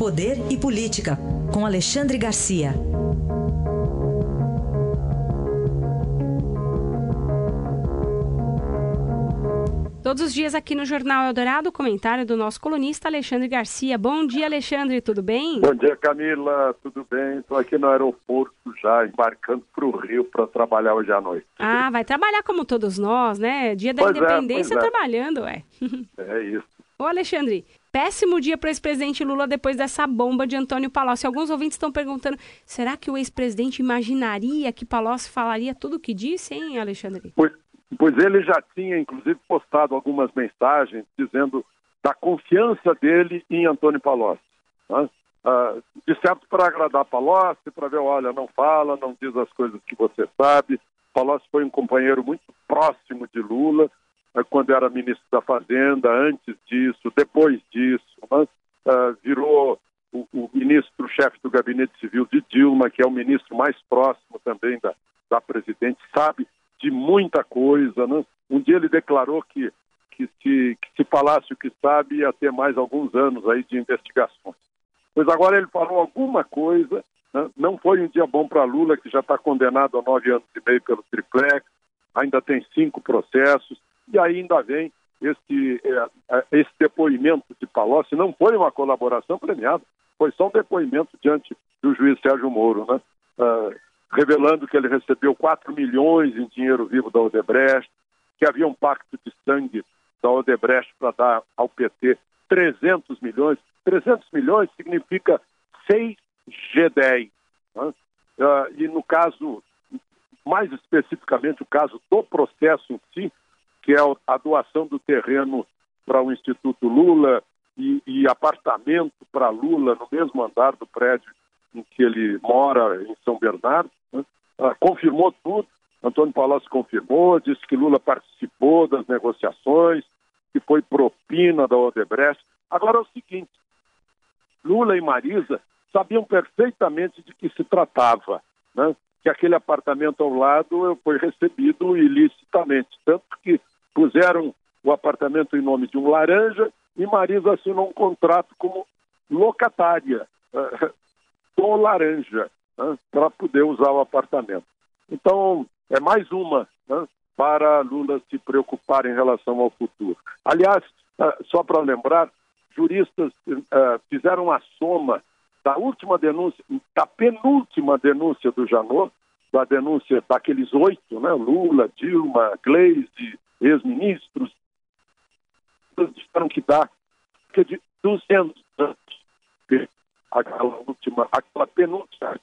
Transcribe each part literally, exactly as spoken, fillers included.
Poder e Política, com Alexandre Garcia. Todos os dias aqui no Jornal Eldorado, o comentário do nosso colunista Alexandre Garcia. Bom dia, Alexandre, tudo bem? Bom dia, Camila, tudo bem? Estou aqui no aeroporto já, embarcando para o Rio para trabalhar hoje à noite. Ah, vai trabalhar como todos nós, né? Dia da Pois é, Independência pois é. trabalhando, ué. É isso. Ô, Alexandre, péssimo dia para o ex-presidente Lula depois dessa bomba de Antônio Palocci. Alguns ouvintes estão perguntando, será que o ex-presidente imaginaria que Palocci falaria tudo o que disse, hein, Alexandre? Pois, pois ele já tinha, inclusive, postado algumas mensagens dizendo da confiança dele em Antônio Palocci. Né? Ah, de certo, para agradar Palocci, para ver, olha, não fala, não diz as coisas que você sabe. Palocci foi um companheiro muito próximo de Lula, quando era ministro da Fazenda, antes disso, depois disso, né? uh, virou o, o ministro-chefe do Gabinete Civil de Dilma, que é o ministro mais próximo também da, da presidente, sabe de muita coisa, né? Um dia ele declarou que, que, se, que se falasse o que sabe, ia ter mais alguns anos aí de investigações. Pois agora ele falou alguma coisa, né? Não foi um dia bom para Lula, que já está condenado a nove anos e meio pelo triplex, ainda tem cinco processos. E ainda vem esse, é, esse depoimento de Palocci, não foi uma colaboração premiada, foi só um depoimento diante do juiz Sérgio Moro, né? Uh, revelando que ele recebeu quatro milhões em dinheiro vivo da Odebrecht, que havia um pacto de sangue da Odebrecht para dar ao P T trezentos milhões. trezentos milhões significa seis G dez. Né? Uh, e no caso, mais especificamente o caso do processo em si, que é a doação do terreno para o Instituto Lula e, e apartamento para Lula no mesmo andar do prédio em que ele mora, em São Bernardo, né? ah, confirmou tudo. Antônio Palocci confirmou, disse que Lula participou das negociações, que foi propina da Odebrecht. Agora é o seguinte, Lula e Marisa sabiam perfeitamente de que se tratava, né? Que aquele apartamento ao lado foi recebido ilicitamente, tanto que puseram o apartamento em nome de um laranja e Marisa assinou um contrato como locatária uh, do laranja, uh, para poder usar o apartamento. Então, é mais uma, uh, para Lula se preocupar em relação ao futuro. Aliás, uh, só para lembrar, juristas uh, fizeram a soma da última denúncia, da penúltima denúncia do Janot, da denúncia daqueles oito, né, Lula, Dilma, Gleisi, ex-ministros, disseram que dá que de duzentos anos, aquela última, aquela penúltima.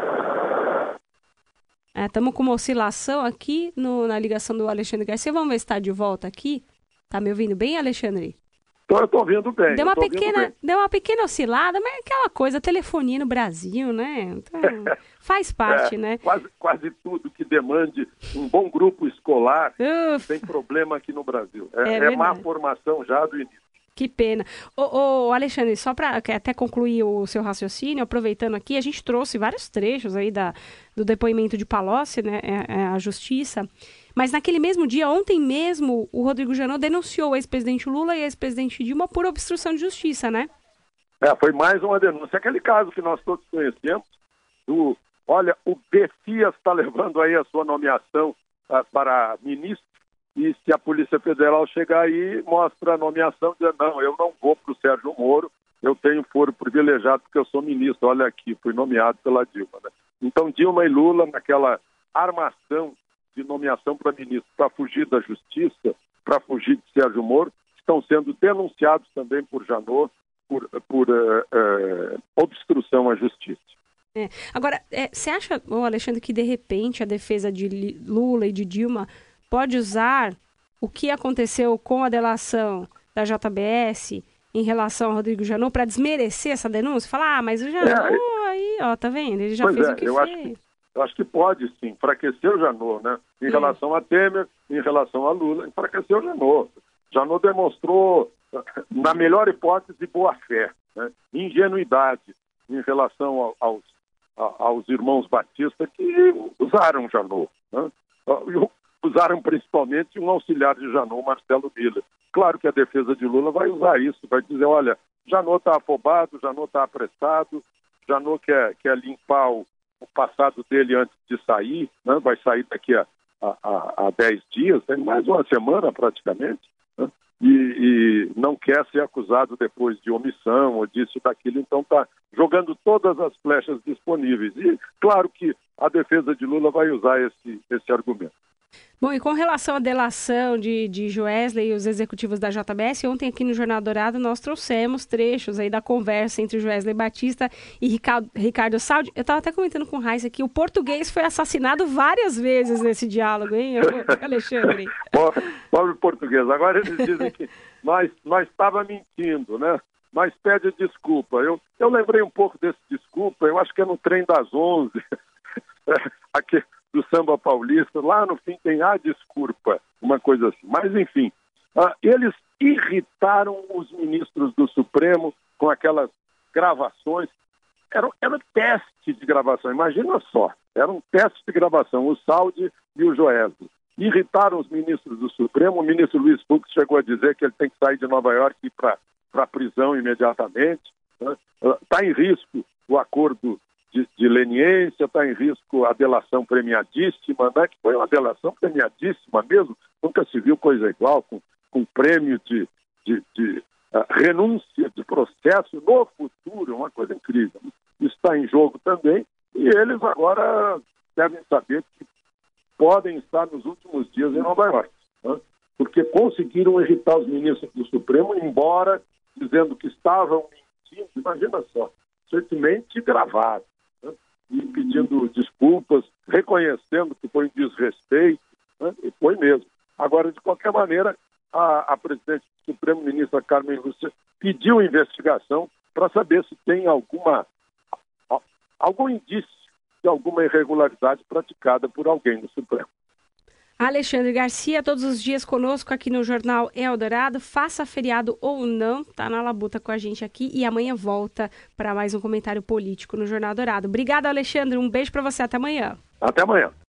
Estamos é, com uma oscilação aqui no, na ligação do Alexandre Garcia. Vamos ver se está de volta aqui. Tá me ouvindo bem, Alexandre? Então, eu estou ouvindo bem. Deu uma, pequena, deu uma pequena oscilada, mas é aquela coisa, telefonia no Brasil, né? Então, faz parte, é, né? Quase, quase tudo que demande um bom grupo escolar Uf. tem problema aqui no Brasil. É, é, é má formação já do início. Que pena. Ô, ô, Alexandre, só para até concluir o seu raciocínio, aproveitando aqui, a gente trouxe vários trechos aí da, do depoimento de Palocci, né, à Justiça, mas naquele mesmo dia, ontem mesmo, o Rodrigo Janot denunciou o ex-presidente Lula e o ex-presidente Dilma por obstrução de justiça, né? É, foi mais uma denúncia. Aquele caso que nós todos conhecemos, do, olha, o Bessias está levando aí a sua nomeação uh, para ministro, e se a Polícia Federal chegar aí, mostra a nomeação, dizer, não, eu não vou para o Sérgio Moro, eu tenho foro privilegiado porque eu sou ministro, olha aqui, fui nomeado pela Dilma. Né? Então, Dilma e Lula, naquela armação de nomeação para ministro, para fugir da justiça, para fugir de Sérgio Moro, estão sendo denunciados também por Janot, por, por uh, uh, obstrução à justiça. É. Agora, você é, acha, oh, Alexandre, que de repente a defesa de Lula e de Dilma pode usar o que aconteceu com a delação da J B S em relação ao Rodrigo Janot para desmerecer essa denúncia? Falar, ah, mas o Janot é, aí, ó, tá vendo? Ele já fez é, o que eu fez. Acho que, eu acho que pode, sim, enfraquecer o Janot, né? Em é. relação a Temer, em relação a Lula, enfraquecer o Janot. Janot demonstrou, na melhor hipótese, boa-fé, né? Ingenuidade em relação ao, aos, aos irmãos Batista que usaram Janot, né? Usaram principalmente um auxiliar de Janot, Marcelo Miller. Claro que a defesa de Lula vai usar isso, vai dizer, olha, Janot está afobado, Janot está apressado, Janot quer, quer limpar o, o passado dele antes de sair, né? Vai sair daqui a, a, a dez dias, tem mais uma semana praticamente, né? e, e não quer ser acusado depois de omissão ou disso e daquilo, então está jogando todas as flechas disponíveis. E claro que a defesa de Lula vai usar esse, esse argumento. Bom, e com relação à delação de, de Joesley e os executivos da J B S, ontem aqui no Jornal Dourado nós trouxemos trechos aí da conversa entre o Joesley Batista e Ricardo, Ricardo Saldi. Eu estava até comentando com o Raíssa que o português foi assassinado várias vezes nesse diálogo, hein, Alexandre? Pobre português. Agora eles dizem que nós nós estava mentindo, né? Mas pede desculpa. Eu, eu lembrei um pouco desse desculpa, eu acho que é no Trem das Onze, aqui do samba paulista, lá no fim tem a desculpa, uma coisa assim. Mas, enfim, uh, eles irritaram os ministros do Supremo com aquelas gravações. Era, era um teste de gravação, imagina só. Era um teste de gravação, o Saldi e o Joesley. Irritaram os ministros do Supremo. O ministro Luiz Fux chegou a dizer que ele tem que sair de Nova York e ir para a prisão imediatamente. Está, né? uh, em risco o acordo De, de leniência, está em risco a delação premiadíssima, né? Que foi uma delação premiadíssima mesmo, nunca se viu coisa igual, com, com prêmio de, de, de uh, renúncia de processo no futuro, uma coisa incrível. Isso está em jogo também, e eles agora devem saber que podem estar nos últimos dias em Nova York, né? Porque conseguiram irritar os ministros do Supremo, embora dizendo que estavam mentindo, imagina só, certamente gravado, e pedindo desculpas, reconhecendo que foi um desrespeito, né? E foi mesmo. Agora, de qualquer maneira, a, a presidente do Supremo, ministra Carmen Lúcia, pediu investigação para saber se tem alguma, algum indício de alguma irregularidade praticada por alguém no Supremo. Alexandre Garcia, todos os dias conosco aqui no Jornal Eldorado, faça feriado ou não, tá na labuta com a gente aqui e amanhã volta para mais um comentário político no Jornal Dourado. Obrigada, Alexandre, um beijo para você, até amanhã. Até amanhã.